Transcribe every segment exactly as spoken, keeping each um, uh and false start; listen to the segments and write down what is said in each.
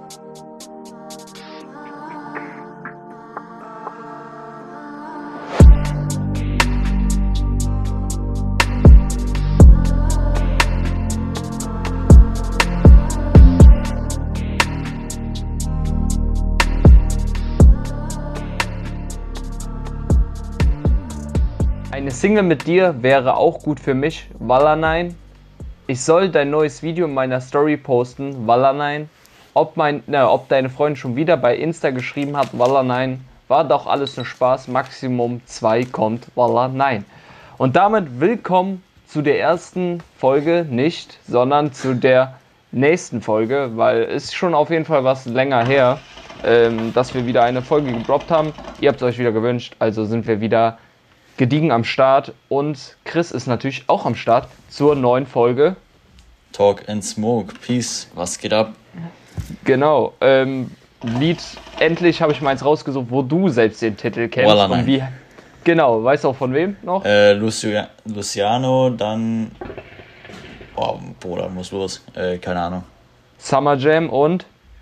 Eine Single mit dir wäre auch gut für mich, Walla nein. Ich soll dein neues Video in meiner Story posten, Walla nein. Ob, mein, ne, ob deine Freundin schon wieder bei Insta geschrieben hat, Walla nein. War doch alles nur Spaß, Maximum zwei kommt, Walla nein. Und damit willkommen zu der ersten Folge, nicht, sondern zu der nächsten Folge, weil es ist schon auf jeden Fall was länger her, ähm, dass wir wieder eine Folge gedroppt haben. Ihr habt es euch wieder gewünscht, also sind wir wieder gediegen am Start und Chris ist natürlich auch am Start zur neuen Folge Talk and Smoke, Peace, was geht ab? Genau, ähm, Lied, endlich habe ich meins rausgesucht, wo du selbst den Titel kennst. Walla und wie, genau, weißt du auch von wem noch? Äh, Lucio, Luciano, dann, oh, Bruder, muss los, äh, keine Ahnung. Summer Jam und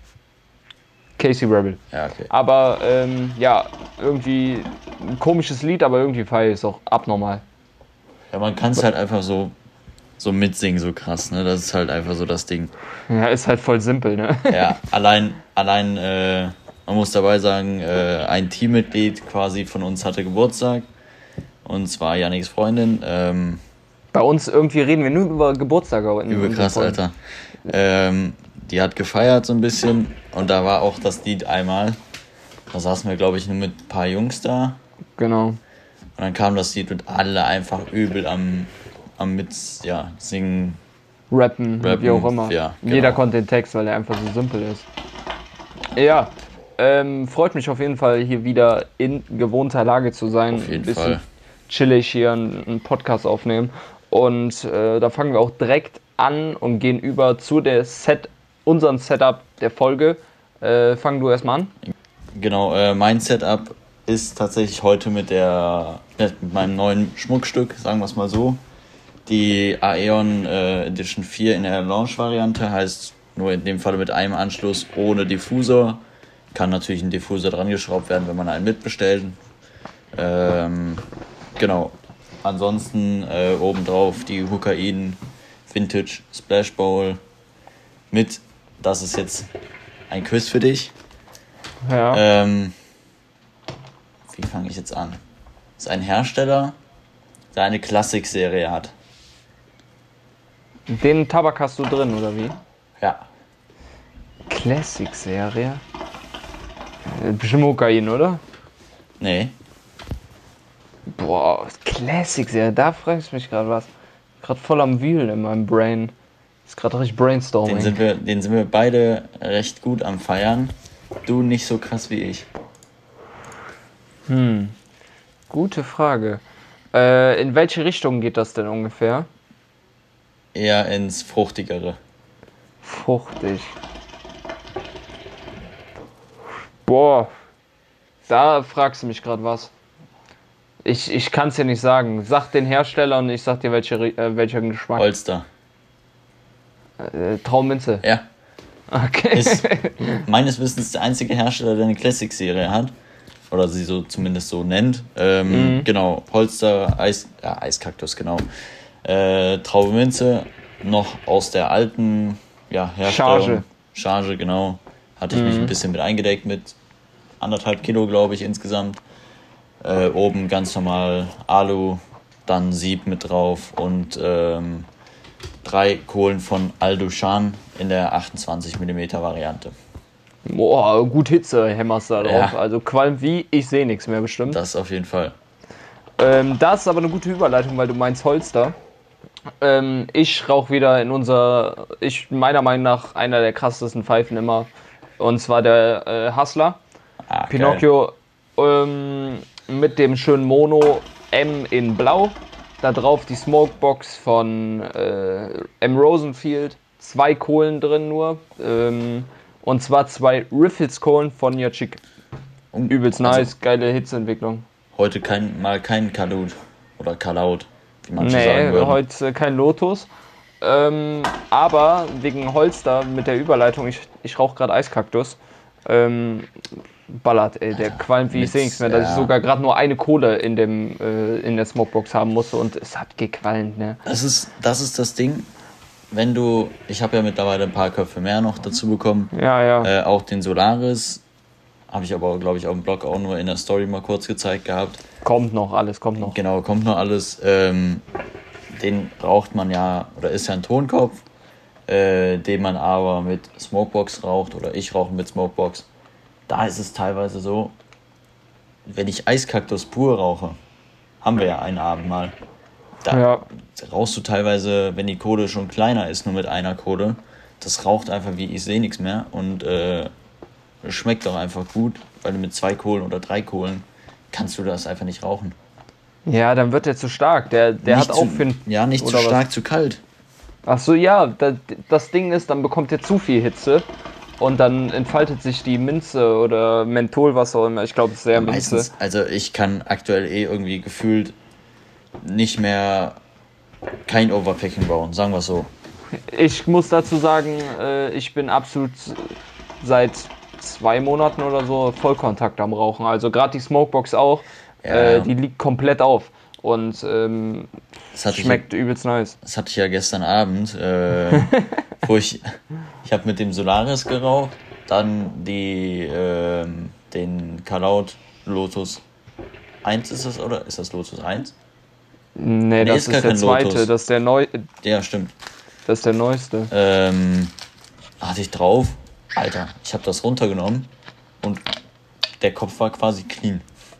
Casey Rebel. Ja, okay. Aber, ähm, ja, irgendwie ein komisches Lied, aber irgendwie feiere ich es auch abnormal. Ja, man kann es halt einfach so, so mitsingen, so krass, ne, das ist halt einfach so das Ding. Ja, ist halt voll simpel, ne? Ja, allein, allein, äh, man muss dabei sagen, äh, ein Teammitglied quasi von uns hatte Geburtstag, und zwar Yannicks Freundin, ähm, Bei uns irgendwie reden wir nur über Geburtstage. Übel krass, Alter. Ähm, die hat gefeiert so ein bisschen und da war auch das Lied einmal. Da saßen wir, glaube ich, nur mit ein paar Jungs da. Genau. Und dann kam das Lied und alle einfach übel am, am mit, ja, singen. Rappen, Rappen, wie auch immer. ja, genau. Jeder konnte den Text, weil der einfach so simpel ist. Ja, ähm, freut mich auf jeden Fall, hier wieder in gewohnter Lage zu sein. Auf jeden ein bisschen Fall. chillig hier einen, einen Podcast aufnehmen. Und äh, da fangen wir auch direkt an und gehen über zu der Set, unserem Setup der Folge. Äh, fang du erstmal an. Genau, äh, mein Setup ist tatsächlich heute mit der mit meinem neuen Schmuckstück, sagen wir es mal so. Die Aeon äh, Edition vier in der Launch-Variante, heißt nur in dem Fall mit einem Anschluss ohne Diffusor. Kann natürlich ein Diffusor dran geschraubt werden, wenn man einen mitbestellt. Ähm, genau. Ansonsten äh, obendrauf die Hukain Vintage Splash Bowl mit, das ist jetzt ein Quiz für dich. Ja. Ähm, wie fange ich jetzt an? Das ist ein Hersteller, der eine Klassik-Serie hat. Den Tabak hast du drin, oder wie? Ja. Classic-Serie? Äh, Bestimmt Kokain, oder? Nee. Boah, Classic-Serie, da fragst du mich gerade was. Gerade voll am Wühlen in meinem Brain. Ist gerade richtig Brainstorming. Den sind, wir, den sind wir beide recht gut am Feiern. Du nicht so krass wie ich. Hm, gute Frage. Äh, in welche Richtung geht das denn ungefähr? Eher ins Fruchtigere. Fruchtig. Boah, da fragst du mich gerade was. Ich, ich kann es dir nicht sagen. Sag den Hersteller und ich sag dir, welche, äh, welcher Geschmack. Holster. Äh, Traumminze. Ja. Okay. Ist meines Wissens der einzige Hersteller, der eine Classic-Serie hat. Oder sie so zumindest so nennt. Ähm, Mhm. Genau, Holster, Eis, ja, Eiskaktus, genau. Äh, Traube Minze, noch aus der alten ja, Herstellung. Charge. Charge, genau. Hatte ich Mhm. mich ein bisschen mit eingedeckt, mit anderthalb Kilo, glaube ich, insgesamt. Äh, oben ganz normal Alu, dann Sieb mit drauf und ähm, drei Kohlen von Aldushan in der achtundzwanzig Millimeter Variante. Boah, gut Hitze hämmerst da drauf. Ja. Also Qualm wie, ich sehe nichts mehr bestimmt. Das auf jeden Fall. Ähm, das ist aber eine gute Überleitung, weil du meinst Holster. Ähm, ich rauche wieder in unser, ich meiner Meinung nach einer der krassesten Pfeifen immer. Und zwar der äh, Hustler. Ah, Pinocchio ähm, mit dem schönen Mono M in Blau. Da drauf die Smokebox von äh, M. Rosenfield. Zwei Kohlen drin nur. Ähm, und zwar zwei Riffles-Kohlen von Yachik. Und Übelst also nice, geile Hitzeentwicklung. heute kein, mal kein Kalaut oder Kalaut, wie manche Nee, sagen würden. heute kein Lotus. Ähm, aber wegen Holster mit der Überleitung, ich, ich rauche gerade Eiskaktus, ähm, ballert, ey, der qualmt wie ich sehe nichts mehr, dass ja. ich sogar gerade nur eine Kohle in, dem, äh, in der Smokebox haben musste und es hat gequalmt, ne? Das ist, das ist das Ding, wenn du, ich habe ja mittlerweile ein paar Köpfe mehr noch dazu bekommen, Ja, ja. Äh, auch den Solaris, habe ich aber, glaube ich, auf dem Blog auch nur in der Story mal kurz gezeigt gehabt. Kommt noch, alles kommt noch. Genau, kommt noch alles. Ähm, den raucht man ja, oder ist ja ein Tonkopf, äh, den man aber mit Smokebox raucht, oder ich rauche mit Smokebox. Da ist es teilweise so, wenn ich Eiskaktus pur rauche, haben wir ja einen Abend mal, da Ja. rauchst du teilweise, wenn die Kohle schon kleiner ist, nur mit einer Kohle. Das raucht einfach wie ich sehe nichts mehr und äh, schmeckt auch einfach gut, weil du mit zwei Kohlen oder drei Kohlen kannst du das einfach nicht rauchen. Ja, dann wird der zu stark. Der, der Nicht hat zu, auch für Ja, nicht zu oder was? stark, zu kalt. Ach so, ja, da, das Ding ist, dann bekommt er zu viel Hitze und dann entfaltet sich die Minze oder Menthol, was auch immer. Ich glaube, es ist sehr Minze. Meistens, also ich kann aktuell eh irgendwie gefühlt nicht mehr kein Overpacking bauen, sagen wir es so. Ich muss dazu sagen, äh, ich bin absolut seit zwei Monaten oder so Vollkontakt am Rauchen. Also gerade die Smokebox auch, Ja, äh, ja. die liegt komplett auf und ähm, Das hatte, schmeckt ich, übelst nice. das hatte ich ja gestern Abend, äh, wo ich, ich habe mit dem Solaris geraucht, dann die, äh, den Kalaut Lotus eins ist das, oder? Ist das Lotus eins? Nee, das ist gar ist der kein zweite, Lotus. das ist der neu, Ja, stimmt. das ist der neueste. Ähm, hatte ich drauf, Alter, ich habe das runtergenommen und der Kopf war quasi clean.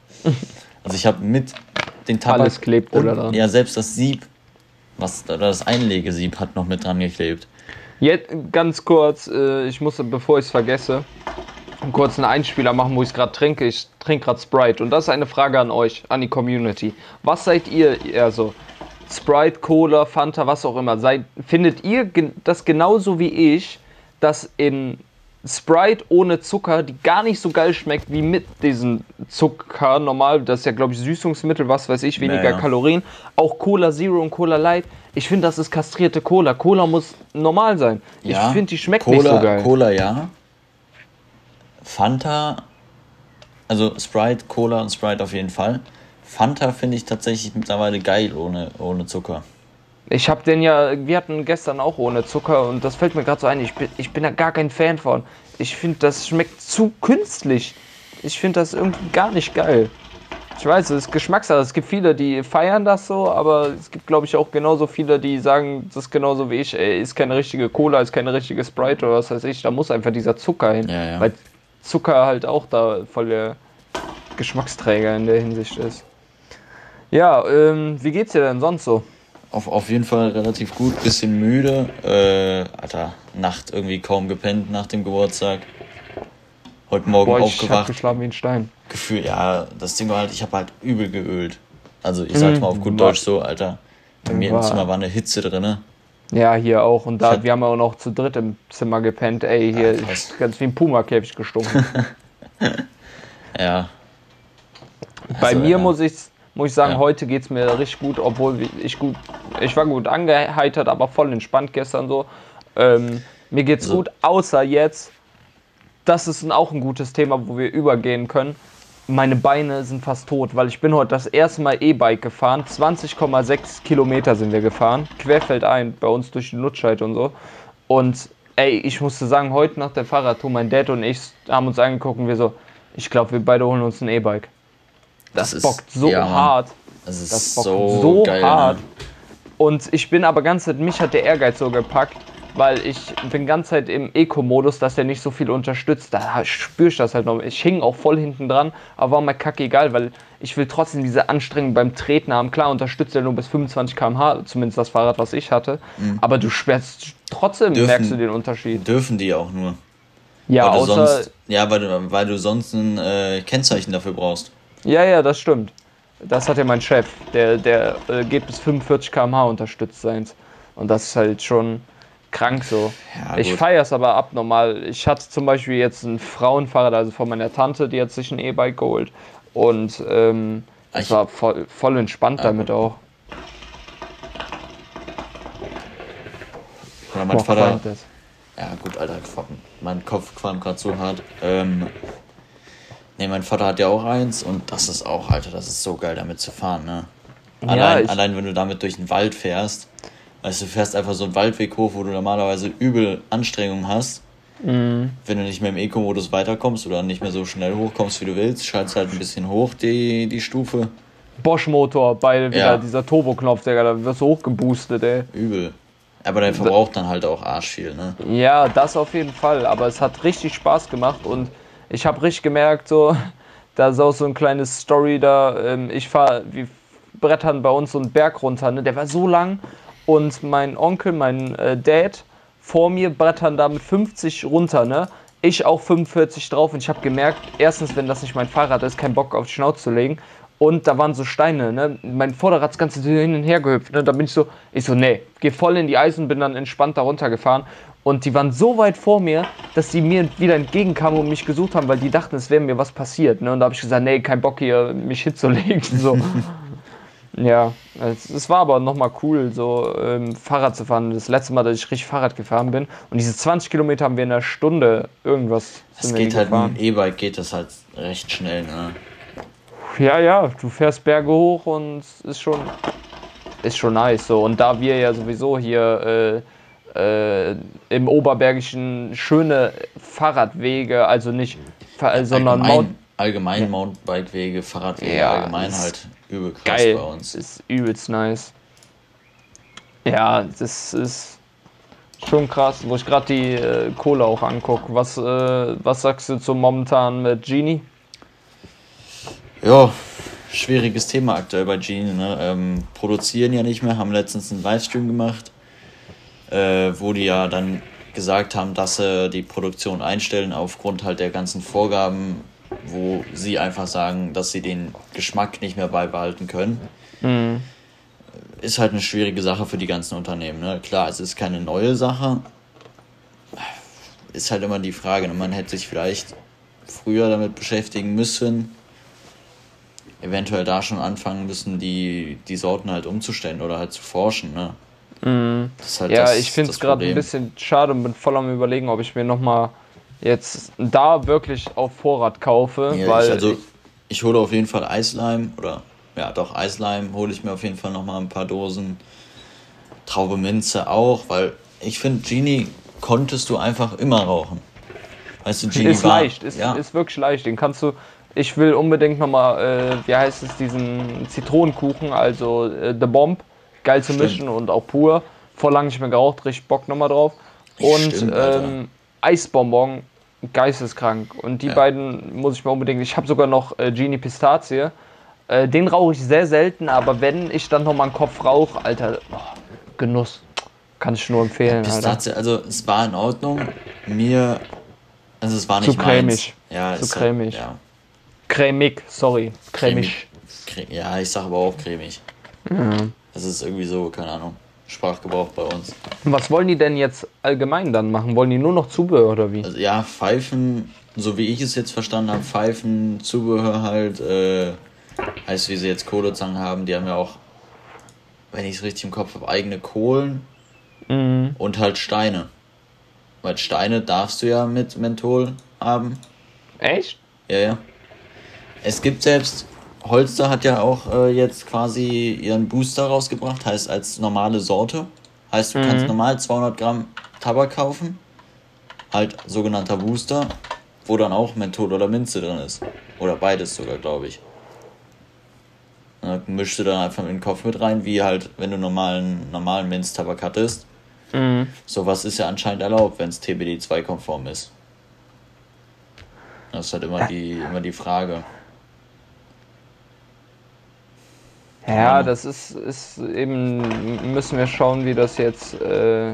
Also ich habe mit den Tabak Alles klebte und da dran. ja, selbst das Sieb, was oder das Einlegesieb hat noch mit dran geklebt. Jetzt ganz kurz, äh, ich muss, bevor ich es vergesse, einen kurzen Einspieler machen, wo ich es gerade trinke. Ich trinke gerade Sprite und das ist eine Frage an euch, an die Community. Was seid ihr eher so? Sprite, Cola, Fanta, was auch immer. Seid, findet ihr gen- das genauso wie ich, dass in Sprite ohne Zucker, die gar nicht so geil schmeckt wie mit diesem Zucker normal, das ist ja glaube ich Süßungsmittel, was weiß ich, weniger Naja. Kalorien, auch Cola Zero und Cola Light, ich finde, das ist kastrierte Cola. Cola muss normal sein. Ja, Ich finde, die schmeckt Cola, nicht so geil. Cola ja. Fanta, also Sprite, Cola und Sprite auf jeden Fall. Fanta finde ich tatsächlich mittlerweile geil ohne, ohne Zucker. Ich habe den ja, wir hatten gestern auch ohne Zucker und das fällt mir gerade so ein, ich bin, ich bin da gar kein Fan von. Ich finde, das schmeckt zu künstlich. Ich finde das irgendwie gar nicht geil. Ich weiß, es ist Geschmackssache. Es gibt viele, die feiern das so, aber es gibt, glaube ich, auch genauso viele, die sagen, das ist genauso wie ich, ey, ist keine richtige Cola, ist keine richtige Sprite oder was weiß ich. Da muss einfach dieser Zucker hin. Ja, ja. Weil Zucker halt auch da voll der Geschmacksträger in der Hinsicht ist. Ja, ähm, wie geht's dir denn sonst so? Auf, auf jeden Fall relativ gut, bisschen müde. Äh, Alter, Nacht irgendwie kaum gepennt nach dem Geburtstag. Heute Morgen Boah, ich hab aufgewacht. geschlafen wie ein Stein. Gefühl, ja, das Ding war halt, ich habe halt übel geölt. Also ich sag's mal auf gut Mhm. Deutsch so, Alter. Bei mir im War- Zimmer war eine Hitze drinne. Ja, hier auch. Und Ich da, hab- wir haben auch noch zu dritt im Zimmer gepennt. Ey, hier Ja, krass. ist ganz wie ein Puma-Käfig gestunken. Ja. Bei Also, mir ja. muss ich, muss ich sagen, Ja. heute geht's mir richtig gut, obwohl ich gut, ich war gut angeheitert, aber voll entspannt gestern so. Ähm, mir geht's So. gut, außer jetzt, das ist ein, auch ein gutes Thema, wo wir übergehen können. Meine Beine sind fast tot, weil ich bin heute das erste Mal E-Bike gefahren. zwanzig Komma sechs Kilometer sind wir gefahren, querfeldein, bei uns durch die Nutscheid und so. Und ey, ich musste sagen, heute nach der Fahrradtour, mein Dad und ich haben uns angeguckt und wir so, ich glaube, wir beide holen uns ein E-Bike. Das, ist- bockt so ja, Mann. hart. Das ist Das bockt so, so, geil. hart. Ne? Und ich bin aber ganz Zeit, mich hat der Ehrgeiz so gepackt, weil ich bin ganz Zeit im Eco-Modus, dass der nicht so viel unterstützt. Da spüre ich das halt noch. Ich hing auch voll hinten dran, aber war mir kacke egal, weil ich will trotzdem diese Anstrengung beim Treten haben. Klar, unterstützt er nur bis fünfundzwanzig Kilometer pro Stunde, zumindest das Fahrrad, was ich hatte. Aber du schwärst, trotzdem Dürfen- merkst du den Unterschied. Dürfen die auch nur. Ja, weil du außer... sonst, ja, weil du, weil du sonst ein äh, Kennzeichen dafür brauchst. Ja, ja, das stimmt. Das hat ja mein Chef. Der, der äh, geht bis fünfundvierzig Kilometer pro Stunde unterstützt seins. Und das ist halt schon krank so. Ja, ich gut. feiere es aber abnormal. Ich hatte zum Beispiel jetzt ein Frauenfahrrad, also von meiner Tante, die hat sich ein E-Bike geholt. Und ähm, Ah, ich ich- war voll, voll entspannt Ah, damit gut. auch. Oder mein Boah, Vater. Das. Ja, gut, Alter, mein Kopf qualmt gerade so hart. Ähm, ne, mein Vater hat ja auch eins und das ist auch, Alter, das ist so geil, damit zu fahren, ne? Ja, allein, ich... allein, wenn du damit durch den Wald fährst, weißt du, du fährst einfach so einen Waldweg hoch, wo du normalerweise übel Anstrengungen hast. Mhm. Wenn du nicht mehr im Eco-Modus weiterkommst oder nicht mehr so schnell hochkommst, wie du willst, schaltest halt ein bisschen hoch die, die Stufe. Bosch-Motor, bei wieder ja. dieser Turbo-Knopf, Digga, da wirst du hochgeboostet, ey. Übel. Aber der verbraucht dann halt auch arsch viel, ne? Ja, das auf jeden Fall, aber es hat richtig Spaß gemacht und ich habe richtig gemerkt, so, da ist auch so ein kleines Story da, ähm, ich fahre, wir brettern bei uns so einen Berg runter, ne, der war so lang und mein Onkel, mein äh, Dad, vor mir brettern da mit fünfzig runter, ne, ich auch fünfundvierzig drauf und ich habe gemerkt, erstens, wenn das nicht mein Fahrrad ist, kein Bock auf die Schnauze zu legen. Und da waren so Steine, ne? Mein Vorderrad das ganze hin und her gehüpft, ne? Da bin ich so, ich so, nee, geh voll in die Eisen und bin dann entspannt da runtergefahren. Und die waren so weit vor mir, dass die mir wieder entgegenkamen und mich gesucht haben, weil die dachten, es wäre mir was passiert, ne? Und da habe ich gesagt, nee, kein Bock hier, mich hinzulegen, so. Ja, es, es war aber nochmal cool, so ähm, Fahrrad zu fahren. Das letzte Mal, dass ich richtig Fahrrad gefahren bin. Und diese zwanzig Kilometer haben wir in einer Stunde irgendwas. Es geht halt, mit dem E-Bike geht das halt recht schnell, ne? Ja, ja, du fährst Berge hoch und ist schon, ist schon nice. So. Und da wir ja sowieso hier äh, äh, im Oberbergischen schöne Fahrradwege, also nicht, ja, sondern allgemein, allgemein ja. Mountainbike-Wege, Fahrradwege, ja, allgemein halt übel krass geil. Bei uns. Ist übelst nice. Ja, das ist schon krass, wo ich gerade die äh, Kohle auch angucke. Was, äh, was sagst du zum momentan mit Genie? Ja, schwieriges Thema aktuell bei Genie. Ne? Ähm, produzieren ja nicht mehr, haben letztens einen Livestream gemacht, äh, wo die ja dann gesagt haben, dass sie die Produktion einstellen aufgrund halt der ganzen Vorgaben, wo sie einfach sagen, dass sie den Geschmack nicht mehr beibehalten können. Mhm. Ist halt eine schwierige Sache für die ganzen Unternehmen. Ne? Klar, es ist keine neue Sache. Ist halt immer die Frage, ne? Man hätte sich vielleicht früher damit beschäftigen müssen, eventuell da schon anfangen müssen, die, die Sorten halt umzustellen oder halt zu forschen, ne? Mm. Das ist halt ja, das, ich finde es gerade ein bisschen schade und bin voll am Überlegen, ob ich mir nochmal jetzt da wirklich auf Vorrat kaufe, ja, weil... Ich, also, ich, ich hole auf jeden Fall Eisleim, oder, ja doch, Eisleim hole ich mir auf jeden Fall nochmal ein paar Dosen. Traube Minze auch, weil ich finde, Genie konntest du einfach immer rauchen. Weißt du, Genie ist war... leicht, ist, ja. ist wirklich leicht, den kannst du... Ich will unbedingt nochmal, äh, wie heißt es, diesen Zitronenkuchen, also äh, The Bomb, geil zu Stimmt. mischen und auch pur. Vor lang nicht mehr geraucht, richtig Bock nochmal drauf. Und Stimmt, ähm, Eisbonbon, geisteskrank. Und die ja. beiden muss ich mir unbedingt, ich habe sogar noch äh, Genie Pistazie. Äh, den rauche ich sehr selten, aber wenn ich dann nochmal einen Kopf rauche, Alter, oh, Genuss. Kann ich nur empfehlen. Ja, Pistazie, Alter. Also es war in Ordnung. Mir, also es war nicht zu cremig. Ja, zu cremig. Halt, ja. Cremig, sorry. Cremig. Cremig. Ja, ich sag aber auch cremig. Mhm. Das ist irgendwie so, keine Ahnung, Sprachgebrauch bei uns. Was wollen die denn jetzt allgemein dann machen? Wollen die nur noch Zubehör oder wie? Also, ja, Pfeifen, so wie ich es jetzt verstanden habe, Pfeifen, Zubehör halt, äh, heißt, wie sie jetzt Kohlezangen haben, die haben ja auch, wenn ich es richtig im Kopf habe, eigene Kohlen mhm. und halt Steine. Weil Steine darfst du ja mit Menthol haben. Echt? Ja, ja. Es gibt selbst, Holster hat ja auch äh, jetzt quasi ihren Booster rausgebracht, heißt als normale Sorte. Heißt, du mhm. kannst normal zweihundert Gramm Tabak kaufen, halt sogenannter Booster, wo dann auch Menthol oder Minze drin ist. Oder beides sogar, glaube ich. Und dann mischst du dann einfach in den Kopf mit rein, wie halt, wenn du normalen, normalen Minztabak hattest. Mhm. Sowas ist ja anscheinend erlaubt, wenn es T B D zwei konform ist. Das ist halt immer die, immer die Frage. Ja, das ist, ist eben, müssen wir schauen, wie das jetzt äh,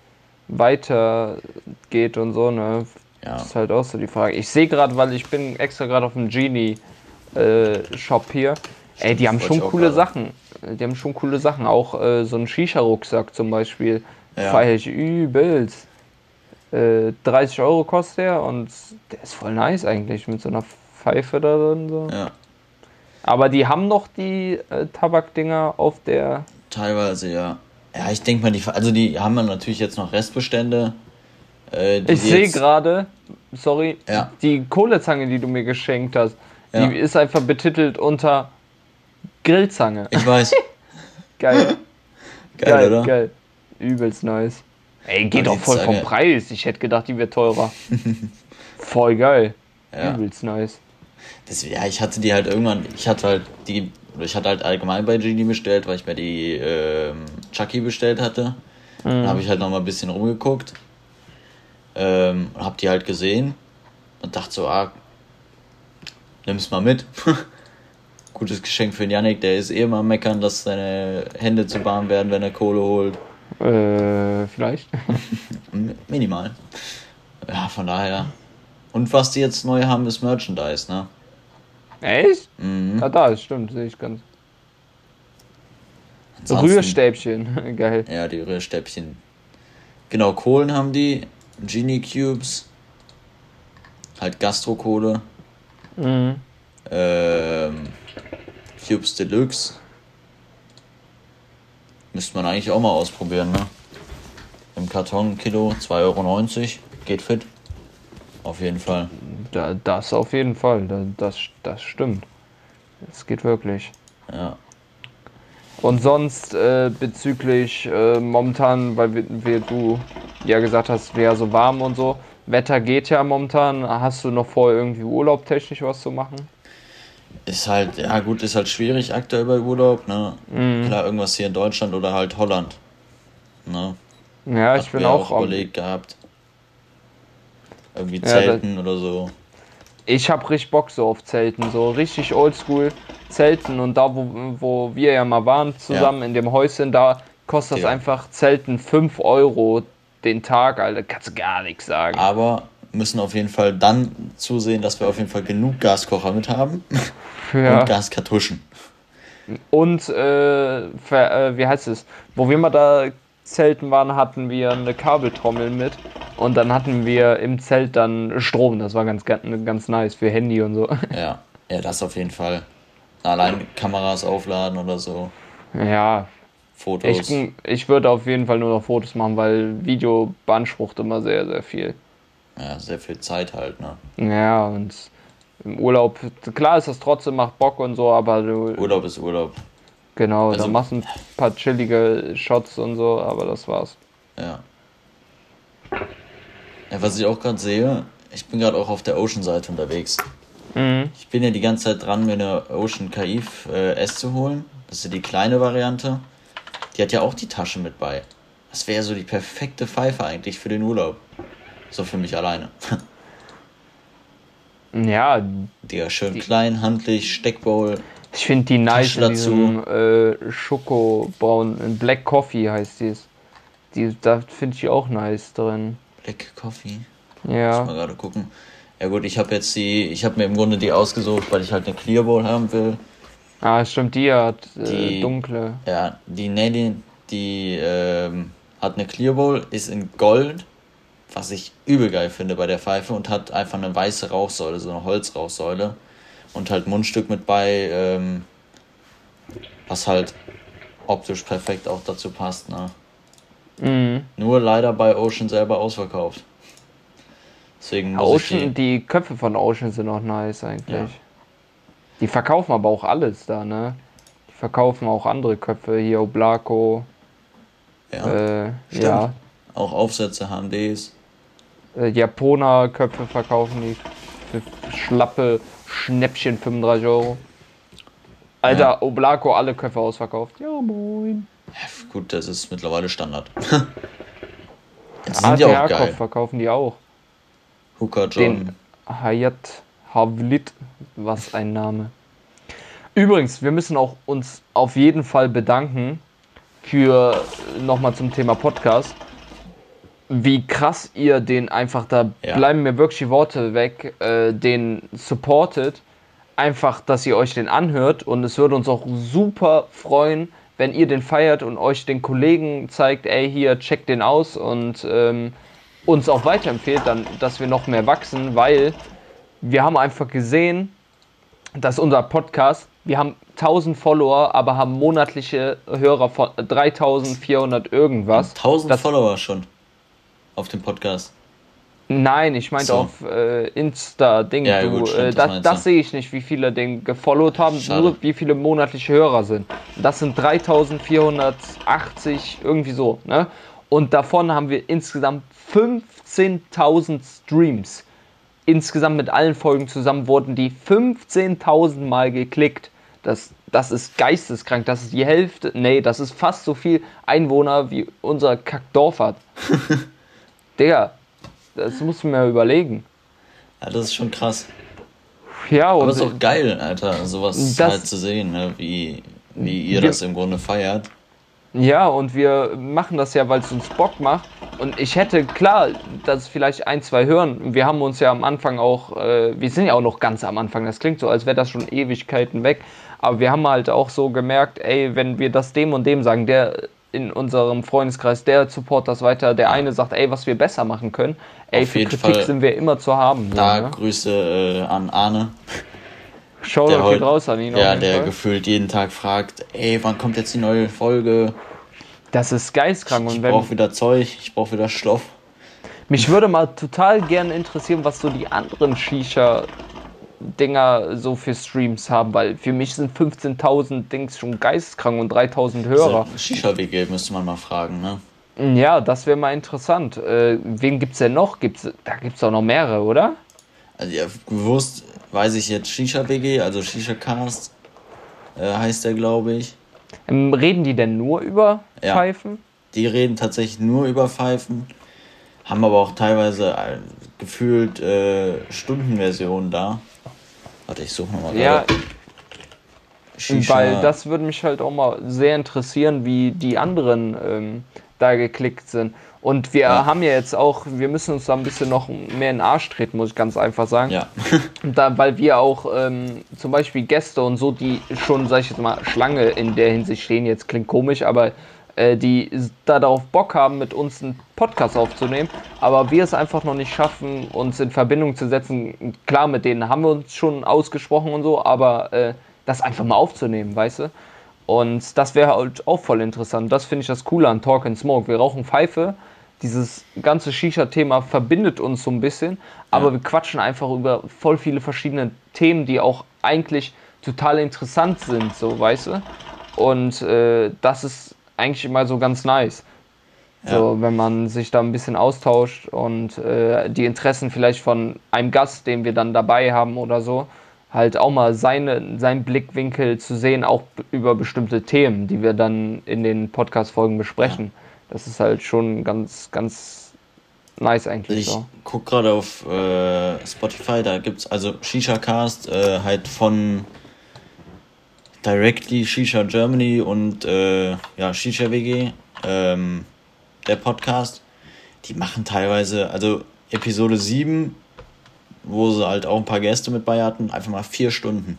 weitergeht und so, ne? Ja. Das ist halt auch so die Frage. Ich sehe gerade, weil ich bin extra gerade auf dem Genie äh, Shop hier. Ey, die haben schon coole gerade. Sachen. Die haben schon coole Sachen. Auch äh, so ein Shisha-Rucksack zum Beispiel. Ja. Feier ich übelst. Äh, dreißig Euro kostet der und der ist voll nice eigentlich mit so einer Pfeife da drin. So. Ja. Aber die haben noch die äh, Tabakdinger auf der... Teilweise, ja. Ja, ich denke mal, die, also die haben ja natürlich jetzt noch Restbestände. Äh, die Ich die sehe jetzt- gerade, sorry, Ja. die Kohlezange, die du mir geschenkt hast, Ja. die ist einfach betitelt unter Grillzange. Ich weiß. Geil. Geil, geil, oder? geil. Übelst nice. Ey, geht Aber doch die voll vom Zange- Preis. Ich hätte gedacht, die wird teurer. Voll geil. Ja. Übelst nice. Das, ja, ich hatte die halt irgendwann, ich hatte halt die, oder ich hatte halt allgemein bei Genie bestellt, weil ich mir die ähm, Chucky bestellt hatte. Dann habe ich halt noch mal ein bisschen rumgeguckt. Ähm, und hab die halt gesehen und dachte so, ah, nimm's mal mit. Gutes Geschenk für den Yannick, der ist eh immer am meckern, dass seine Hände zu warm werden, wenn er Kohle holt. Äh, vielleicht. M- Minimal. Ja, von daher. Und was die jetzt neu haben, ist Merchandise, ne? Echt? Mhm. Ah, da, ist stimmt, sehe ich ganz. Ansonsten- Rührstäbchen. Geil. Ja, die Rührstäbchen. Genau, Kohlen haben die. Genie Cubes. Halt Gastrokohle. Mhm. Ähm, Cubes Deluxe. Müsste man eigentlich auch mal ausprobieren, ne? Im Karton Kilo zwei Euro neunzig. Geht fit. Auf jeden Fall. Da, das auf jeden Fall. Da, das, das stimmt. Das geht wirklich. Ja. Und sonst äh, bezüglich äh, momentan, weil wir, wir, du ja gesagt hast, wäre so warm und so. Wetter geht ja momentan. Hast du noch vor, irgendwie urlaubtechnisch was zu machen? Ist halt, ja gut, ist halt schwierig aktuell bei Urlaub, ne? Mhm. Klar, irgendwas hier in Deutschland oder halt Holland. Ne? Ja, ich Hat bin mir auch. auch am- überlegt gehabt. Irgendwie Ja, Zelten oder so. Ich hab richtig Bock so auf Zelten, so richtig oldschool Zelten und da, wo, wo wir ja mal waren zusammen in dem Häuschen, da kostet das Ja. einfach Zelten fünf Euro den Tag, Alter, kannst du gar nichts sagen. Aber müssen auf jeden Fall dann zusehen, dass wir auf jeden Fall genug Gaskocher mit haben Ja. und Gaskartuschen. Und, äh, ver, äh, wie heißt es, wo wir mal da Zelten waren, hatten wir eine Kabeltrommel mit und dann hatten wir im Zelt dann Strom, das war ganz, ganz, ganz nice für Handy und so. Ja, ja, das auf jeden Fall. Allein Kameras aufladen oder so, Ja, Fotos. ich, ich würde auf jeden Fall nur noch Fotos machen, weil Video beansprucht immer sehr, sehr viel. Ja, sehr viel Zeit halt, ne? Ja, und im Urlaub, klar ist das trotzdem, macht Bock und so, aber du, Urlaub ist Urlaub. genau, also- da machst du ein paar chillige Shots und so, aber das war's. Ja. Ja, was ich auch gerade sehe, ich bin gerade auch auf der Ocean-Seite unterwegs. Mhm. Ich bin ja die ganze Zeit dran, mir eine Ocean Kaif äh, S zu holen. Das ist ja die kleine Variante. Die hat ja auch die Tasche mit bei. Das wäre so die perfekte Pfeife eigentlich für den Urlaub. So für mich alleine. Ja, Digga, schön klein, handlich, Steckbowl. ich finde die nice Tasche in diesem äh, Schokobraun, in Black Coffee heißt dies. Die, da finde ich die auch nice drin. Black Coffee. Muss mal Ja, gerade gucken. Ja gut, ich habe jetzt die, ich habe mir im Grunde die ausgesucht, weil ich halt eine Clear Bowl haben will. ah, stimmt, die hat äh, Die- dunkle. Ja, die Nelly, die ähm, hat eine Clear Bowl, ist in Gold, was ich übel geil finde bei der Pfeife und hat einfach eine weiße Rauchsäule, so eine Holzrauchsäule und halt Mundstück mit bei, ähm, was halt optisch perfekt auch dazu passt, ne? Mhm. Nur leider bei Ocean selber ausverkauft. Deswegen muss Ocean, ich die, die Köpfe von Ocean sind auch nice eigentlich. Ja. Die verkaufen aber auch alles da, ne? Die verkaufen auch andere Köpfe, hier Oblaco, ja, äh, stimmt. ja, auch Aufsätze, H M Ds. äh, Japaner-Köpfe verkaufen die für schlappe Schnäppchen fünfunddreißig Euro. Alter, Ja. Oblaco, alle Köpfe ausverkauft. Ja, moin. Ja, gut, das ist mittlerweile Standard. Die sind ja auch A T H-Kopf geil. verkaufen die auch. Hooker Den John. Hayat Havlit, was ein Name. Übrigens, wir müssen auch uns auf jeden Fall bedanken für, nochmal zum Thema Podcast, wie krass ihr den einfach, da Ja. bleiben mir wirklich die Worte weg, äh, den supportet. Einfach, dass ihr euch den anhört und es würde uns auch super freuen, wenn ihr den feiert und euch den Kollegen zeigt, ey, hier, checkt den aus und ähm, uns auch weiterempfehlt, dann, dass wir noch mehr wachsen, weil wir haben einfach gesehen, dass unser Podcast wir haben tausend Follower, aber haben monatliche Hörer von dreitausendvierhundert irgendwas. tausend das, Follower schon auf dem Podcast. Nein, ich meinte so. auf äh, Insta-Ding. Ja, du, gut, stimmt, äh, das das das du. sehe ich nicht, wie viele den gefollowt haben, Schade. nur wie viele monatliche Hörer sind. Das sind dreitausendvierhundertachtzig, irgendwie so. Ne? Und davon haben wir insgesamt fünfzehntausend Streams. Insgesamt mit allen Folgen zusammen wurden die fünfzehntausend Mal geklickt. Das, das ist geisteskrank. Das ist die Hälfte, nee, das ist fast so viel Einwohner wie unser Kackdorf hat. Digga. Das musst du mir überlegen. Ja, das ist schon krass. Ja, und aber es ist auch geil, Alter, sowas das, halt zu sehen, ne? wie, wie ihr wir, das im Grunde feiert. Ja, und wir machen das ja, weil es uns Bock macht. Und ich hätte, klar, dass vielleicht ein, zwei hören. Wir haben uns ja am Anfang auch, äh, wir sind ja auch noch ganz am Anfang. Das klingt so, als wäre das schon Ewigkeiten weg. Aber wir haben halt auch so gemerkt, ey, wenn wir das dem und dem sagen, der in unserem Freundeskreis, der support das weiter, der eine sagt, ey, was wir besser machen können, ey, für Kritik Fall sind wir immer zu haben. Da so, ne? Grüße äh, an Arne. Shoutout geht raus an ihn. Ja, der Fall. gefühlt jeden Tag fragt, ey, wann kommt jetzt die neue Folge? Das ist geistkrank. Ich, ich und brauche wieder Zeug, ich brauche wieder Stoff. Mich würde mal total gerne interessieren, was so die anderen Shisha Dinger so für Streams haben, weil für mich sind fünfzehntausend Dings schon geisteskrank und dreitausend Hörer. Also Shisha-W G müsste man mal fragen, ne? Ja, das wäre mal interessant. Äh, wen gibt's denn noch? Gibt's, da gibt's doch noch mehrere, oder? Also ja, gewusst weiß ich jetzt Shisha-W G, also Shisha-Cast äh, heißt der, glaube ich. Ähm, reden die denn nur über ja, Pfeifen? Die reden tatsächlich nur über Pfeifen, haben aber auch teilweise äh, gefühlt äh, Stundenversionen da. Warte, ich suche nochmal. Ja, Shisha. Weil das würde mich halt auch mal sehr interessieren, wie die anderen ähm, da geklickt sind. Und wir ja. haben ja jetzt auch, wir müssen uns da ein bisschen noch mehr in den Arsch treten, muss ich ganz einfach sagen. Ja. da, weil wir auch ähm, zum Beispiel Gäste und so, die schon, sag ich jetzt mal, Schlange in der Hinsicht stehen, jetzt klingt komisch, aber äh, die da darauf Bock haben, mit uns einen Podcast aufzunehmen, aber wir es einfach noch nicht schaffen, uns in Verbindung zu setzen. Klar, mit denen haben wir uns schon ausgesprochen und so, aber äh, das einfach mal aufzunehmen, weißt du? Und das wäre halt auch voll interessant. Das finde ich das Coole an Talk and Smoke. Wir rauchen Pfeife. Dieses ganze Shisha-Thema verbindet uns so ein bisschen, aber ja. wir quatschen einfach über voll viele verschiedene Themen, die auch eigentlich total interessant sind, so, weißt du? Und äh, das ist eigentlich immer so ganz nice. Ja. So, wenn man sich da ein bisschen austauscht und äh, die Interessen vielleicht von einem Gast, den wir dann dabei haben oder so, halt auch mal seine, seinen Blickwinkel zu sehen, auch b- über bestimmte Themen, die wir dann in den Podcast-Folgen besprechen. Ja. Das ist halt schon ganz, ganz nice eigentlich. Ich so. guck gerade auf äh, Spotify, da gibt's also Shisha Cast, äh, halt von Directly Shisha Germany und äh, ja, Shisha W G, ähm, der Podcast. Die machen teilweise, also Episode sieben, wo sie halt auch ein paar Gäste mit bei hatten, einfach mal vier Stunden.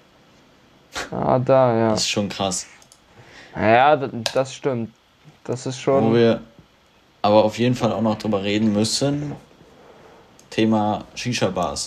Ah, da, ja. Das ist schon krass. Ja, das stimmt. Das ist schon... Wo wir aber auf jeden Fall auch noch drüber reden müssen, Thema Shisha-Bars.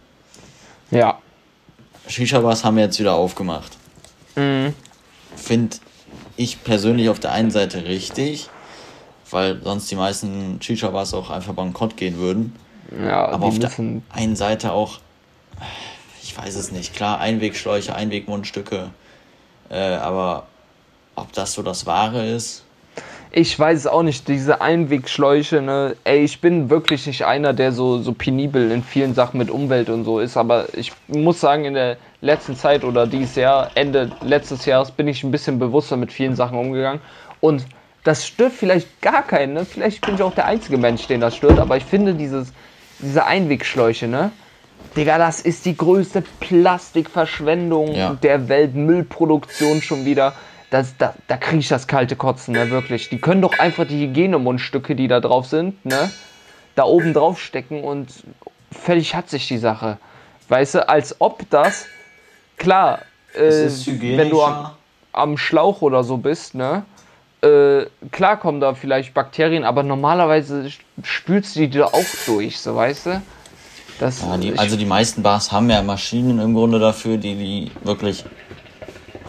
Ja. Shisha-Bars haben wir jetzt wieder aufgemacht. Mhm. Finde ich persönlich auf der einen Seite richtig, weil sonst die meisten Shisha-Bars auch einfach bankrott gehen würden. Ja, aber auf der einen Seite auch, ich weiß es nicht, klar, Einwegschläuche, Einwegmundstücke, äh, aber ob das so das Wahre ist? Ich weiß es auch nicht, diese Einwegschläuche, ne, ey, ich bin wirklich nicht einer, der so, so penibel in vielen Sachen mit Umwelt und so ist, aber ich muss sagen, in der letzten Zeit oder dieses Jahr, Ende letztes Jahres, bin ich ein bisschen bewusster mit vielen Sachen umgegangen und das stört vielleicht gar keinen, ne, vielleicht bin ich auch der einzige Mensch, den das stört, aber ich finde dieses, diese Einwegschläuche, ne, Digga, das ist die größte Plastikverschwendung ja. der Welt, Müllproduktion schon wieder. Das, da, da kriege ich das kalte Kotzen, ne, wirklich. Die können doch einfach die Hygienemundstücke, die da drauf sind, ne, da oben drauf stecken und völlig hat sich die Sache. Weißt du, als ob das, klar, äh, wenn du am, am Schlauch oder so bist, ne, äh, klar kommen da vielleicht Bakterien, aber normalerweise spülst du die da auch durch, so, weißt du. Das, ja, die, also die meisten Bars haben ja Maschinen im Grunde dafür, die die wirklich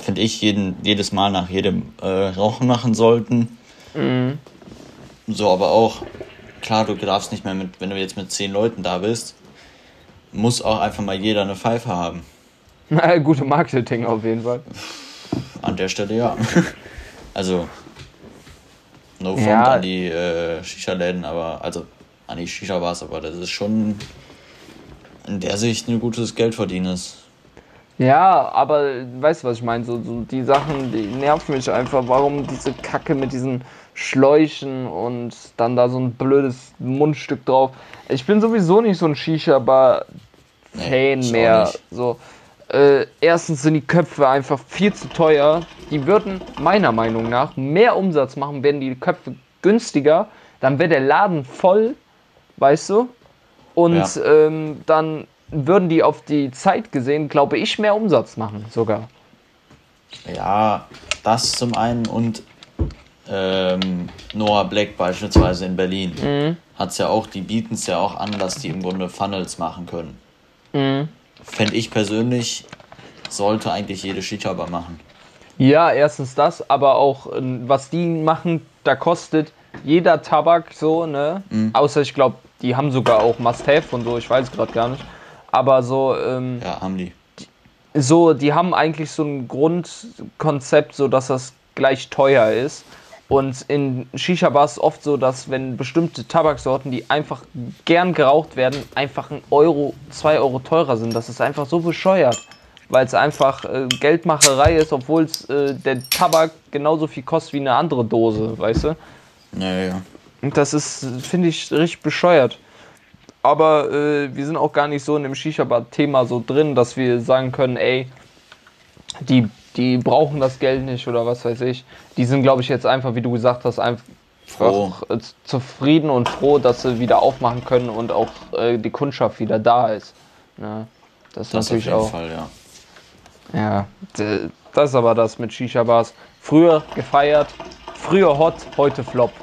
finde ich, jeden, jedes Mal nach jedem äh, Rauchen machen sollten. Mhm. So, aber auch, klar, du darfst nicht mehr mit, wenn du jetzt mit zehn Leuten da bist, muss auch einfach mal jeder eine Pfeife haben. Na, gute Marketing auf jeden Fall. An der Stelle ja. Also, no front Ja. an die äh, Shisha-Läden, aber, also an die Shisha-Bars, aber das ist schon in der Sicht ein gutes Geldverdienen ist. Ja, aber weißt du, was ich meine? So, so die Sachen, die nerven mich einfach. Warum diese Kacke mit diesen Schläuchen und dann da so ein blödes Mundstück drauf. Ich bin sowieso nicht so ein Shisha-Bar-Fan Nee, ich auch mehr. nicht. So, äh, erstens sind die Köpfe einfach viel zu teuer. Die würden meiner Meinung nach mehr Umsatz machen, wären die Köpfe günstiger. Dann wäre der Laden voll, weißt du? Und Ja. ähm, dann würden die auf die Zeit gesehen, glaube ich, mehr Umsatz machen sogar. Ja, das zum einen und ähm, Noah Black beispielsweise in Berlin Mhm. hat's ja auch, die bieten es ja auch an, dass die im Grunde Funnels machen können. Mhm. Fände ich persönlich, sollte eigentlich jede Shisha-Bar machen. Ja, erstens das, aber auch äh, was die machen, da kostet jeder Tabak so, ne? Mhm. Außer ich glaube, die haben sogar auch Must-Have und so, ich weiß gerade gar nicht. Aber so, ähm, Ja, haben die. so, die haben eigentlich so ein Grundkonzept, so dass das gleich teuer ist. Und in Shisha-Bars ist oft so, dass wenn bestimmte Tabaksorten, die einfach gern geraucht werden, einfach ein Euro, zwei Euro teurer sind. Das ist einfach so bescheuert. Weil es einfach äh, Geldmacherei ist, obwohl es äh, der Tabak genauso viel kostet wie eine andere Dose, weißt du? Ja, ja. Und das ist, finde ich, richtig bescheuert. Aber äh, wir sind auch gar nicht so in dem Shisha-Bar-Thema so drin, dass wir sagen können, ey, die, die brauchen das Geld nicht oder was weiß ich. Die sind, glaube ich, jetzt einfach, wie du gesagt hast, einfach Froh. äh, zufrieden und froh, dass sie wieder aufmachen können und auch äh, die Kundschaft wieder da ist. Ne? Das ist Das auf natürlich jeden auch. Fall, ja. Ja, d- das ist aber das mit Shisha-Bars. Früher gefeiert, früher hot, heute flop.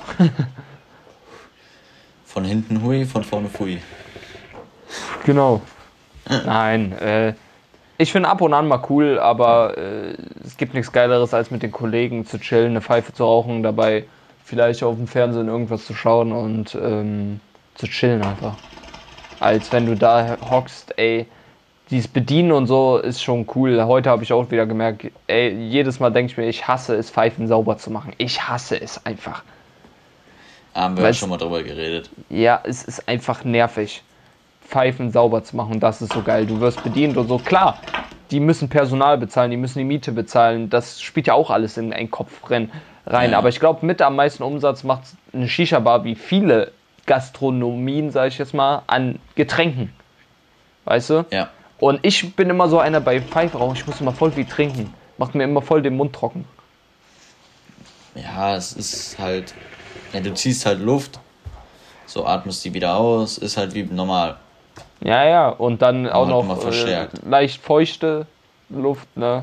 Von hinten hui, von vorne fui. Genau. Nein, äh, ich finde ab und an mal cool, aber äh, es gibt nichts Geileres, als mit den Kollegen zu chillen, eine Pfeife zu rauchen, dabei vielleicht auf dem Fernsehen irgendwas zu schauen und ähm, zu chillen einfach. Als wenn du da hockst, ey, dieses Bedienen und so ist schon cool. Heute habe ich auch wieder gemerkt, ey, jedes Mal denke ich mir, ich hasse es, Pfeifen sauber zu machen. Ich hasse es einfach. Haben wir ja Weil's- schon mal drüber geredet. Ja, es ist einfach nervig, Pfeifen sauber zu machen. Das ist so geil. Du wirst bedient und so. Klar, die müssen Personal bezahlen, die müssen die Miete bezahlen. Das spielt ja auch alles in einen Kopf rein. rein. Ja. Aber ich glaube, mit am meisten Umsatz macht eine Shisha-Bar wie viele Gastronomien, sage ich jetzt mal, an Getränken. Weißt du? Ja. Und ich bin immer so einer bei Pfeife, ich muss immer voll viel trinken. Macht mir immer voll den Mund trocken. Ja, es ist halt, ja, du ziehst halt Luft, so atmest die wieder aus, ist halt wie normal. Ja, ja, und dann auch halt immer noch äh, verstärkt. leicht feuchte Luft, ne?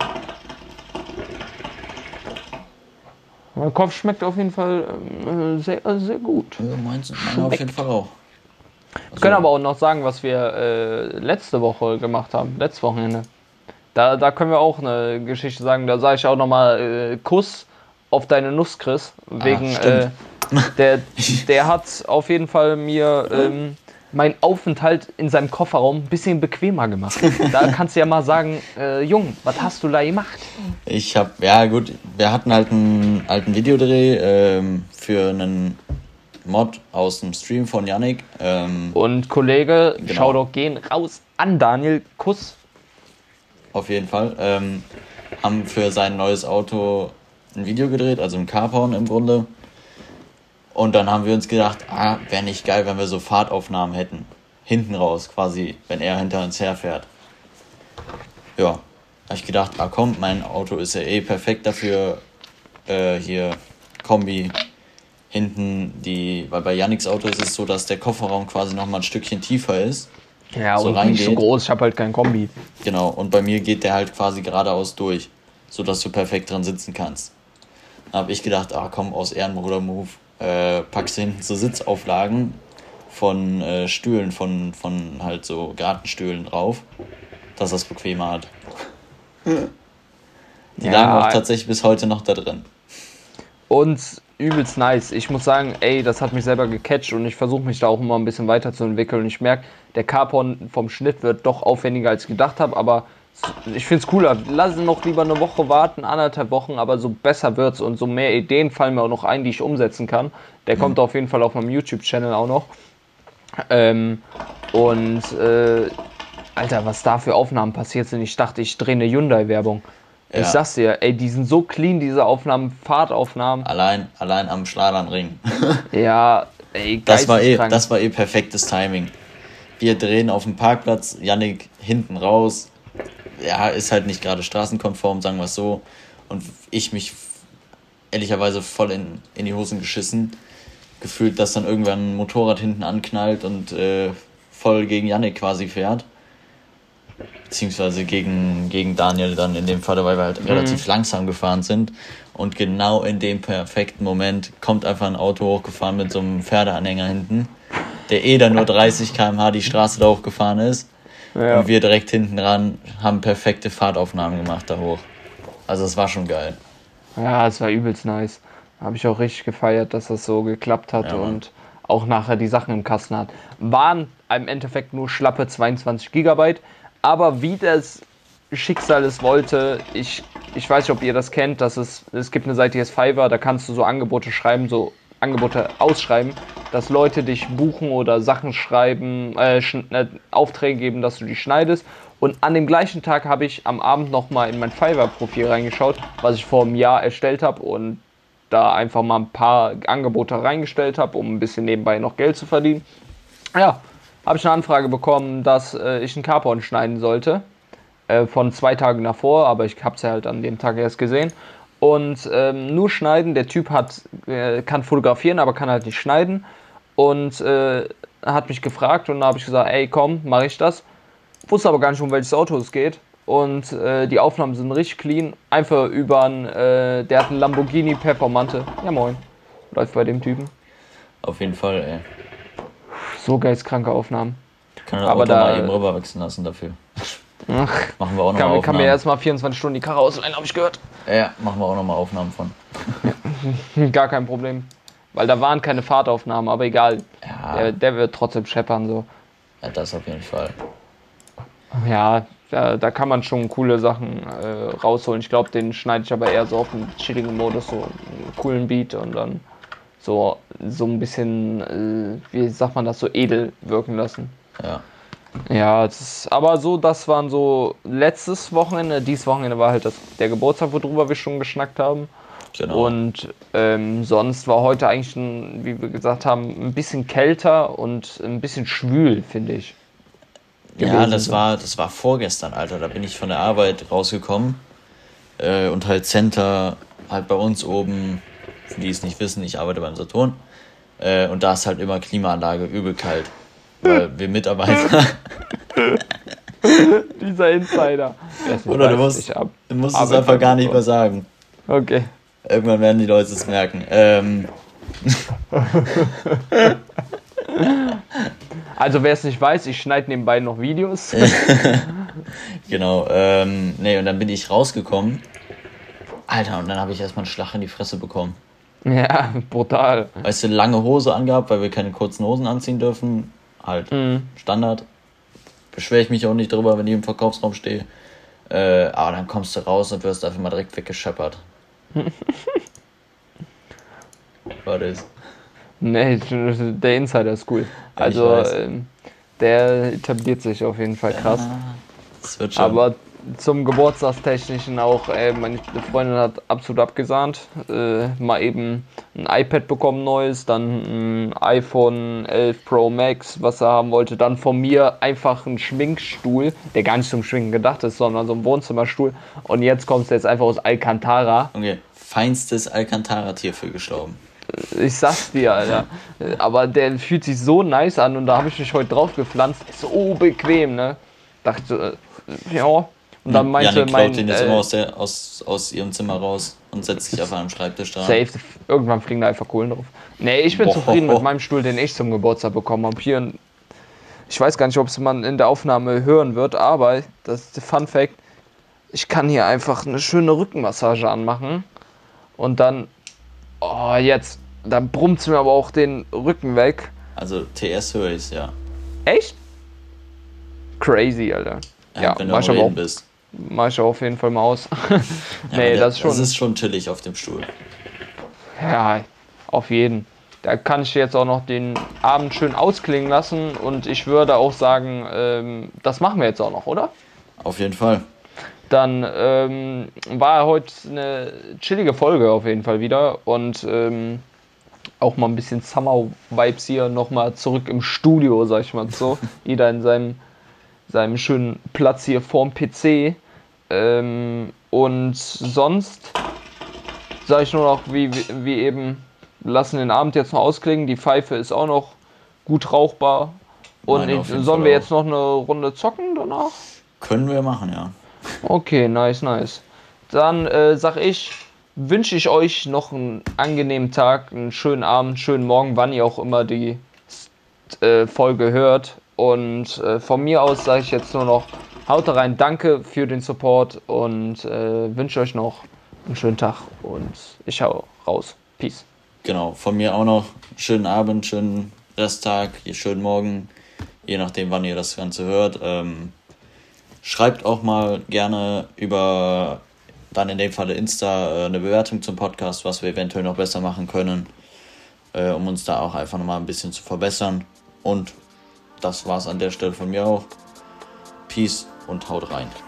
Mein Kopf schmeckt auf jeden Fall äh, sehr, sehr gut. Ja, meins, meiner auf jeden Fall auch. Wir können aber auch noch sagen, was wir äh, letzte Woche gemacht haben, letztes Wochenende. Da, da können wir auch eine Geschichte sagen. Da sage ich auch nochmal äh, Kuss auf deine Nuss, Chris. Wegen, äh, stimmt. der, der hat auf jeden Fall mir ähm, meinen Aufenthalt in seinem Kofferraum ein bisschen bequemer gemacht. Da kannst du ja mal sagen, äh, Jung, was hast du da gemacht? Ich hab, ja gut, wir hatten halt einen alten Videodreh ähm, für einen Mod aus dem Stream von Yannick. Ähm, Und Kollege, Genau. schau doch gehen raus an Daniel. Kuss. Auf jeden Fall. Ähm, haben für sein neues Auto ein Video gedreht, also ein Carporn im Grunde. Und dann haben wir uns gedacht, ah, wäre nicht geil, wenn wir so Fahrtaufnahmen hätten. Hinten raus quasi, wenn er hinter uns herfährt. Ja, habe ich gedacht, ah komm, mein Auto ist ja eh perfekt dafür. Äh, hier Kombi. Hinten die, weil bei Yannicks Auto ist es so, dass der Kofferraum quasi nochmal ein Stückchen tiefer ist. Ja, So und nicht so reingeht. groß, ich habe halt kein Kombi. Genau, und bei mir geht der halt quasi geradeaus durch, sodass du perfekt dran sitzen kannst. Da habe ich gedacht, ah komm, aus Ehrenbruder-Move, äh, packst du hinten so Sitzauflagen von äh, Stühlen, von, von halt so Gartenstühlen drauf, dass das bequemer hat. Die ja. lagen auch tatsächlich bis heute noch da drin. Und übelst nice. Ich muss sagen, ey, das hat mich selber gecatcht und ich versuche mich da auch immer ein bisschen weiterzuentwickeln. Und ich merke, der Carporn vom Schnitt wird doch aufwendiger, als ich gedacht habe, aber ich finde es cooler. Lass noch lieber eine Woche warten, anderthalb Wochen, aber so besser wird's und so mehr Ideen fallen mir auch noch ein, die ich umsetzen kann. Der mhm. kommt auf jeden Fall auf meinem YouTube-Channel auch noch. Ähm, und äh, Alter, was da für Aufnahmen passiert sind. Ich dachte, ich drehe eine Hyundai-Werbung. Ja. Ich sag's dir, ey, die sind so clean, diese Aufnahmen, Fahrtaufnahmen. Allein, allein am Schladernring. Ja, ey, das war eh, das war eh perfektes Timing. Wir drehen auf dem Parkplatz, Yannick hinten raus. Ja, ist halt nicht gerade straßenkonform, sagen wir es so. Und ich mich ehrlicherweise voll in, in die Hosen geschissen. Gefühlt, dass dann irgendwann ein Motorrad hinten anknallt und äh, voll gegen Yannick quasi fährt. Beziehungsweise gegen, gegen Daniel dann in dem Fall, weil wir halt mhm. relativ langsam gefahren sind. Und genau in dem perfekten Moment kommt einfach ein Auto hochgefahren mit so einem Pferdeanhänger hinten, der eh dann nur dreißig Kilometer pro Stunde die Straße da hochgefahren ist. Ja. Und wir direkt hinten ran haben perfekte Fahrtaufnahmen gemacht da hoch. Also es war schon geil. Ja, es war übelst nice. Habe ich auch richtig gefeiert, dass das so geklappt hat ja, und auch nachher die Sachen im Kasten hat. Waren im Endeffekt nur schlappe zweiundzwanzig Gigabyte. Aber wie das Schicksal es wollte, ich, ich weiß nicht, ob ihr das kennt, dass es, es gibt eine Seite, die ist Fiverr, da kannst du so Angebote schreiben, so Angebote ausschreiben, dass Leute dich buchen oder Sachen schreiben, äh, sch- äh, Aufträge geben, dass du die schneidest. Und an dem gleichen Tag habe ich am Abend nochmal in mein Fiverr-Profil reingeschaut, was ich vor einem Jahr erstellt habe und da einfach mal ein paar Angebote reingestellt habe, um ein bisschen nebenbei noch Geld zu verdienen. Ja, habe ich eine Anfrage bekommen, dass äh, ich einen Carporn schneiden sollte, äh, von zwei Tagen davor, aber ich habe es ja halt an dem Tag erst gesehen. Und ähm, nur schneiden, der Typ hat, äh, kann fotografieren, aber kann halt nicht schneiden. Und äh, hat mich gefragt und da habe ich gesagt, ey komm, mache ich das. Wusste aber gar nicht, um welches Auto es geht. Und äh, die Aufnahmen sind richtig clean. Einfach über einen, äh, der hat einen Lamborghini Performante. Ja moin, läuft bei dem Typen. Auf jeden Fall, ey. So geistkranke Aufnahmen. Kann das Auto da, mal eben rüberwechseln lassen dafür. Ach, machen wir auch noch kann, mal Aufnahmen. Kann mir erstmal vierundzwanzig Stunden die Karre ausleihen, habe ich gehört. Ja, machen wir auch noch mal Aufnahmen von. Gar kein Problem. Weil da waren keine Fahrtaufnahmen, aber egal. Ja. Der, der wird trotzdem scheppern so. Ja, das auf jeden Fall. Ja, da, da kann man schon coole Sachen äh, rausholen. Ich glaube, den schneide ich aber eher so auf einen chilligen Modus, so einen coolen Beat und dann so, so ein bisschen, äh, wie sagt man das, so edel wirken lassen. Ja. Ja, das ist, aber so, das waren so letztes Wochenende. Dieses Wochenende war halt das, der Geburtstag, worüber wir schon geschnackt haben. Genau. Und ähm, sonst war heute eigentlich, ein, wie wir gesagt haben, ein bisschen kälter und ein bisschen schwül, finde ich. Ja, das war, das war vorgestern, Alter. Da bin ich von der Arbeit rausgekommen äh, und halt Center, halt bei uns oben, für die es nicht wissen, ich arbeite beim Saturn. Äh, und da ist halt immer Klimaanlage übel kalt. Weil wir Mitarbeiter. Dieser Insider. Oder du musst, ab, du musst es einfach gar nicht mehr sagen. Okay. Irgendwann werden die Leute es merken. Ähm. Also wer es nicht weiß, ich schneide nebenbei noch Videos. Genau. Ähm, nee, und dann bin ich rausgekommen. Alter, und dann habe ich erstmal einen Schlag in die Fresse bekommen. Ja, brutal. Weißt du, lange Hose angehabt, weil wir keine kurzen Hosen anziehen dürfen. Halt mhm. Standard. Beschwere ich mich auch nicht drüber, wenn ich im Verkaufsraum stehe. Äh, aber dann kommst du raus und wirst einfach mal direkt weggescheppert. War das? Nee, der Insider ist cool. Also, ähm, der etabliert sich auf jeden Fall krass. Ja, das wird schon. Aber zum Geburtstagstechnischen auch, ey, meine Freundin hat absolut abgesahnt. Äh, mal eben ein iPad bekommen, neues, dann ein iPhone elf Pro Max, was er haben wollte. Dann von mir einfach ein Schminkstuhl, der gar nicht zum Schminken gedacht ist, sondern so ein Wohnzimmerstuhl. Und jetzt kommst du jetzt einfach aus Alcantara. Okay, feinstes Alcantara-Tier für gestorben. Ich sag's dir, Alter. Aber der fühlt sich so nice an und da habe ich mich heute drauf gepflanzt. Ist so bequem, ne? Dachte, äh, ja. Und dann meinte Janik mein... klaut den jetzt äh, immer aus, der, aus, aus ihrem Zimmer raus und setzt sich einfach am Schreibtisch dran. Safe. Irgendwann fliegen da einfach Kohlen drauf. Nee, ich bin Boah. zufrieden mit meinem Stuhl, den ich zum Geburtstag bekommen habe. Hier, ich weiß gar nicht, ob es man in der Aufnahme hören wird, aber das ist der Fun Fact. ich kann hier einfach eine schöne Rückenmassage anmachen und dann, oh jetzt, dann brummt es mir aber auch den Rücken weg. Also T S höre ich, ja. Echt? Crazy, Alter. Ja, Ja, wenn du mach am ich aber Reden auch, bist. mach ich auf jeden Fall mal aus. Ja, nee, der, das ist schon, das ist schon chillig auf dem Stuhl. ja, auf jeden. Da kann ich jetzt auch noch den Abend schön ausklingen lassen und ich würde auch sagen, ähm, das machen wir jetzt auch noch, oder? Auf jeden Fall. Dann ähm, war heute eine chillige Folge auf jeden Fall wieder und ähm, auch mal ein bisschen Summer-Vibes hier nochmal zurück im Studio, sag ich mal so. Jeder in seinem, seinem schönen Platz hier vorm P C. Ähm, und sonst sage ich nur noch, wie, wie, wie eben, lassen den Abend jetzt noch ausklingen. Die Pfeife ist auch noch gut rauchbar. Und Meine ich, auf jeden sollen Fall wir auch. jetzt noch eine Runde zocken danach? Können wir machen, ja. Okay, nice, nice. Dann äh, sag ich, wünsche ich euch noch einen angenehmen Tag, einen schönen Abend, schönen Morgen, wann ihr auch immer die äh, Folge hört. Und äh, von mir aus sage ich jetzt nur noch, haut rein, danke für den Support und äh, wünsche euch noch einen schönen Tag und ich hau raus. Peace. Genau, von mir auch noch schönen Abend, schönen Resttag, schönen Morgen, je nachdem, wann ihr das Ganze hört. Ähm, schreibt auch mal gerne über, dann in dem Falle Insta, äh, eine Bewertung zum Podcast, was wir eventuell noch besser machen können, äh, um uns da auch einfach nochmal ein bisschen zu verbessern. Und das war's an der Stelle von mir auch. Peace und haut rein.